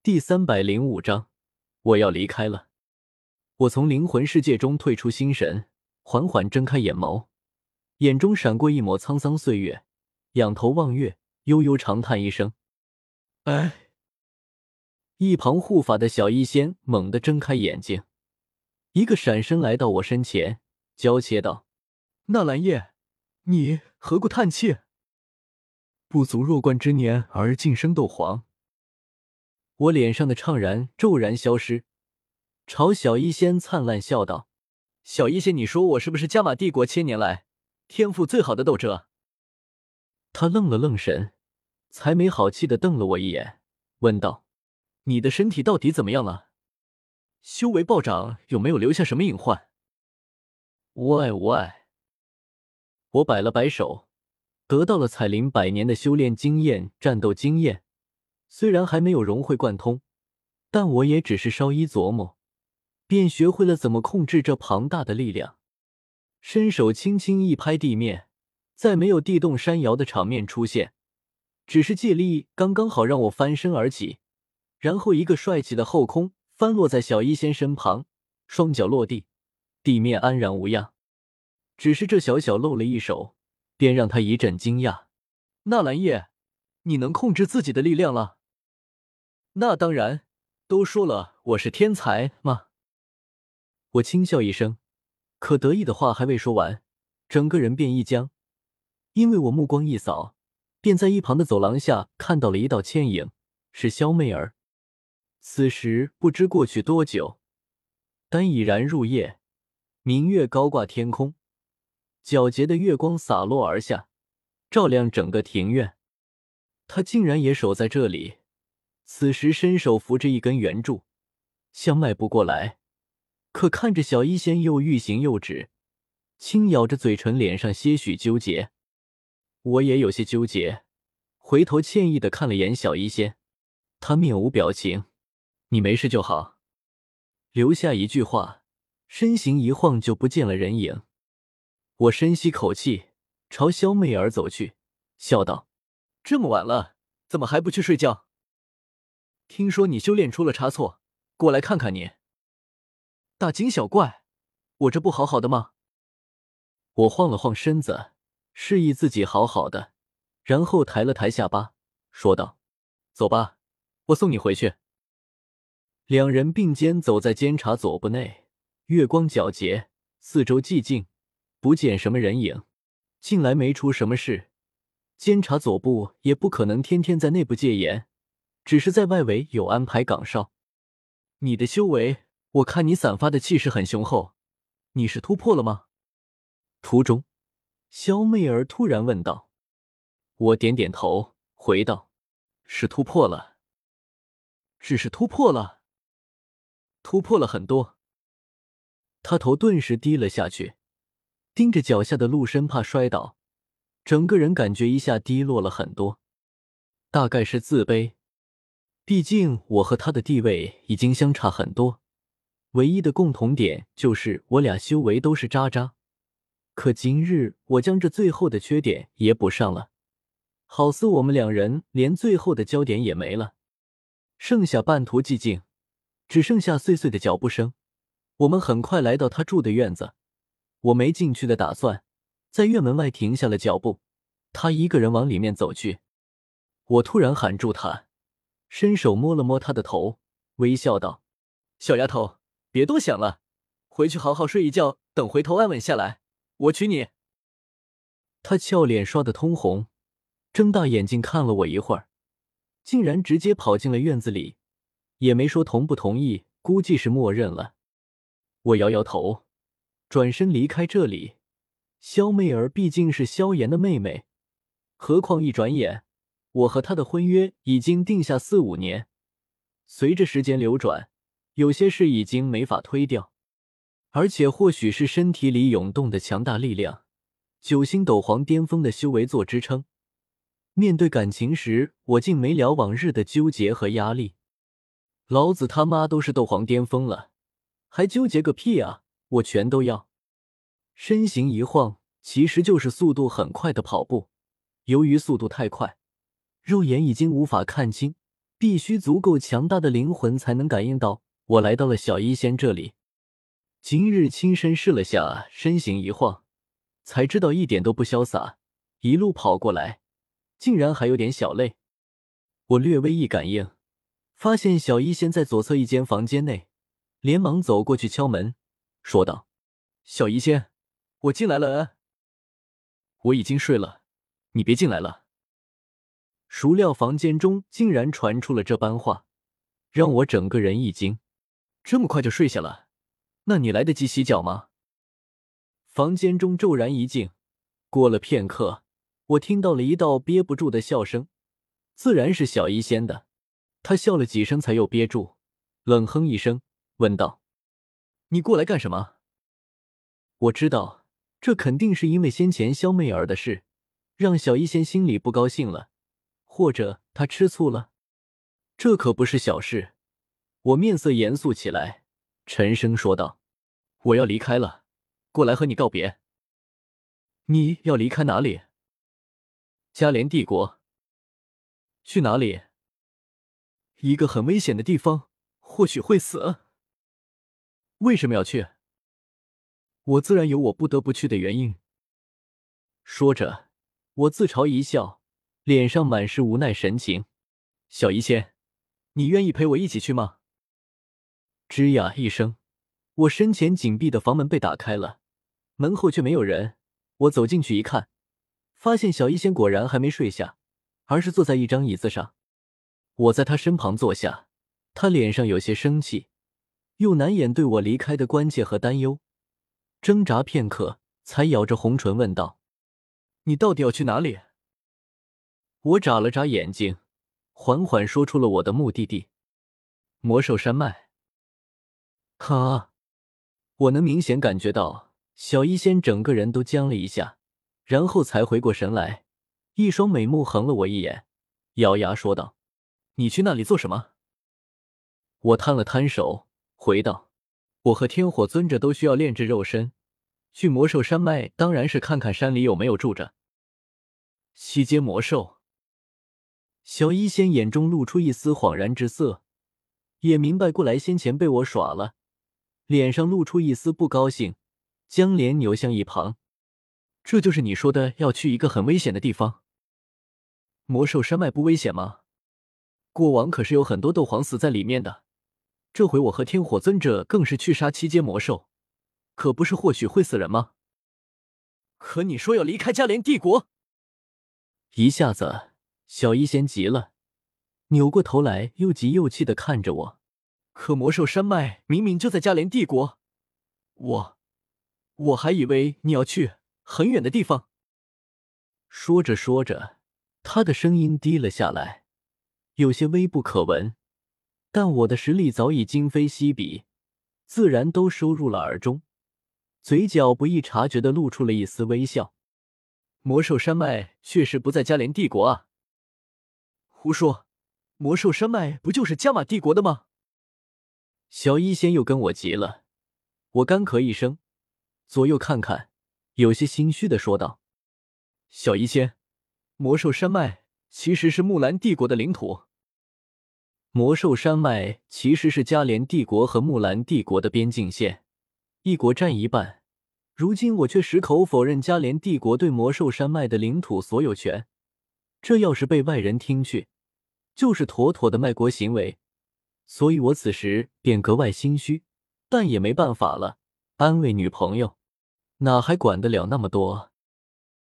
第305章，我要离开了。我从灵魂世界中退出心神，缓缓睁开眼眸，眼中闪过一抹沧桑岁月，仰头望月，悠悠长叹一声：“哎。”一旁护法的小医仙猛地睁开眼睛，一个闪身来到我身前，娇切道：“纳兰叶，你何故叹气？不足弱冠之年而晋升斗皇。”我脸上的怅然骤然消失，朝小医仙灿烂笑道：“小医仙，你说我是不是加玛帝国千年来天赋最好的斗者？”他愣了愣神，才没好气地瞪了我一眼，问道：“你的身体到底怎么样了？修为暴涨有没有留下什么隐患？”无碍无碍。我摆了摆手，得到了彩铃100年的修炼经验、战斗经验，虽然还没有融会贯通，但我也只是稍一琢磨，便学会了怎么控制这庞大的力量。伸手轻轻一拍地面，再没有地动山摇的场面出现，只是借力刚刚好让我翻身而起，然后一个帅气的后空翻落在小医仙身旁，双脚落地，地面安然无恙。只是这小小露了一手，便让他一阵惊讶：“纳兰叶，你能控制自己的力量了？”“那当然，都说了我是天才嘛。”我轻笑一声，可得意的话还未说完，整个人便一僵，因为我目光一扫，便在一旁的走廊下看到了一道倩影，是萧媚儿。此时不知过去多久，但已然入夜，明月高挂天空，皎洁的月光洒落而下，照亮整个庭院。他竟然也守在这里，此时伸手扶着一根圆柱，像迈不过来，可看着小医仙又欲行又止，轻咬着嘴唇，脸上些许纠结。我也有些纠结，回头歉意地看了眼小医仙，他面无表情：“你没事就好。”留下一句话，身形一晃就不见了人影。我深吸口气，朝萧媚儿走去，笑道：“这么晚了，怎么还不去睡觉？听说你修炼出了差错，过来看看你。”大惊小怪，我这不好好的吗？我晃了晃身子，示意自己好好的，然后抬了抬下巴，说道：“走吧，我送你回去。”两人并肩走在监察左部内，月光皎洁，四周寂静，不见什么人影。近来没出什么事，监察左部也不可能天天在内部戒严，只是在外围有安排岗哨。你的修为，我看你散发的气势很雄厚，你是突破了吗？途中，萧媚儿突然问道。我点点头，回道：“是突破了。”“只是突破了？”“突破了很多。”他头顿时低了下去，盯着脚下的路，生怕摔倒，整个人感觉一下低落了很多。大概是自卑，毕竟我和他的地位已经相差很多，唯一的共同点就是我俩修为都是渣渣。可今日我将这最后的缺点也补上了，好似我们两人连最后的焦点也没了，剩下半途寂静，只剩下碎碎的脚步声。我们很快来到他住的院子，我没进去的打算，在院门外停下了脚步，他一个人往里面走去。我突然喊住他，伸手摸了摸他的头，微笑道：“小丫头，别多想了，回去好好睡一觉，等回头安稳下来，我娶你。”他俏脸刷得通红，睁大眼睛看了我一会儿，竟然直接跑进了院子里，也没说同不同意，估计是默认了。我摇摇头，转身离开这里。萧媚儿毕竟是萧炎的妹妹，何况一转眼，我和她的婚约已经定下4、5年。随着时间流转，有些事已经没法推掉，而且或许是身体里涌动的强大力量，9星斗皇巅峰的修为做支撑，面对感情时，我竟没了往日的纠结和压力。老子他妈都是斗皇巅峰了，还纠结个屁啊，我全都要。身形一晃，其实就是速度很快的跑步，由于速度太快，肉眼已经无法看清， 必须足够强大的灵魂才能感应到我来到了小医仙这里。今日亲身试了下，身形一晃，才知道一点都不潇洒，一路跑过来，竟然还有点小累。我略微一感应，发现小医仙在左侧一间房间内，连忙走过去敲门，说道：“小医仙，我进来了。”“我已经睡了，你别进来了。”孰料房间中竟然传出了这般话，让我整个人一惊。这么快就睡下了？那你来得及洗脚吗？房间中骤然一静，过了片刻，我听到了一道憋不住的笑声，自然是小医仙的。他笑了几声才又憋住，冷哼一声，问道：“你过来干什么？”我知道，这肯定是因为先前萧媚儿的事，让小医仙心里不高兴了，或者他吃醋了。这可不是小事。我面色严肃起来，沉声说道：“我要离开了，过来和你告别。”“你要离开哪里？”“嘉莲帝国。”“去哪里？”“一个很危险的地方，或许会死。”“为什么要去？”“我自然有我不得不去的原因。”说着，我自嘲一笑，脸上满是无奈神情。“小医仙，你愿意陪我一起去吗？”吱呀一声，我身前紧闭的房门被打开了，门后却没有人。我走进去一看，发现小医仙果然还没睡下，而是坐在一张椅子上。我在他身旁坐下，他脸上有些生气，又难掩对我离开的关切和担忧，挣扎片刻，才咬着红唇问道：“你到底要去哪里？”我眨了眨眼睛，缓缓说出了我的目的地：魔兽山脉。哈！我能明显感觉到小医仙整个人都僵了一下，然后才回过神来，一双美目横了我一眼，咬牙说道：“你去那里做什么？”我摊了摊手，回道：“我和天火尊者都需要炼制肉身，去魔兽山脉当然是看看山里有没有住着七阶魔兽。”小医仙眼中露出一丝恍然之色，也明白过来先前被我耍了，脸上露出一丝不高兴，将脸扭向一旁。“这就是你说的要去一个很危险的地方？魔兽山脉不危险吗？过往可是有很多斗皇死在里面的，这回我和天火尊者更是去杀七阶魔兽，可不是或许会死人吗？”“可你说要离开嘉莲帝国！”一下子小医仙急了，扭过头来又急又气地看着我。“可魔兽山脉明明就在嘉莲帝国，我还以为你要去很远的地方。”说着说着，他的声音低了下来，有些微不可闻，但我的实力早已今非昔比，自然都收入了耳中，嘴角不易察觉地露出了一丝微笑。“魔兽山脉确实不在嘉莲帝国啊。”“胡说，魔兽山脉不就是加玛帝国的吗？”小医仙又跟我急了，我干咳一声，左右看看，有些心虚地说道：“小医仙，魔兽山脉其实是木兰帝国的领土。”“魔兽山脉其实是嘉莲帝国和木兰帝国的边境线，一国占一半。如今我却矢口否认嘉莲帝国对魔兽山脉的领土所有权，这要是被外人听去，就是妥妥的卖国行为。所以我此时便格外心虚，但也没办法了，安慰女朋友，哪还管得了那么多。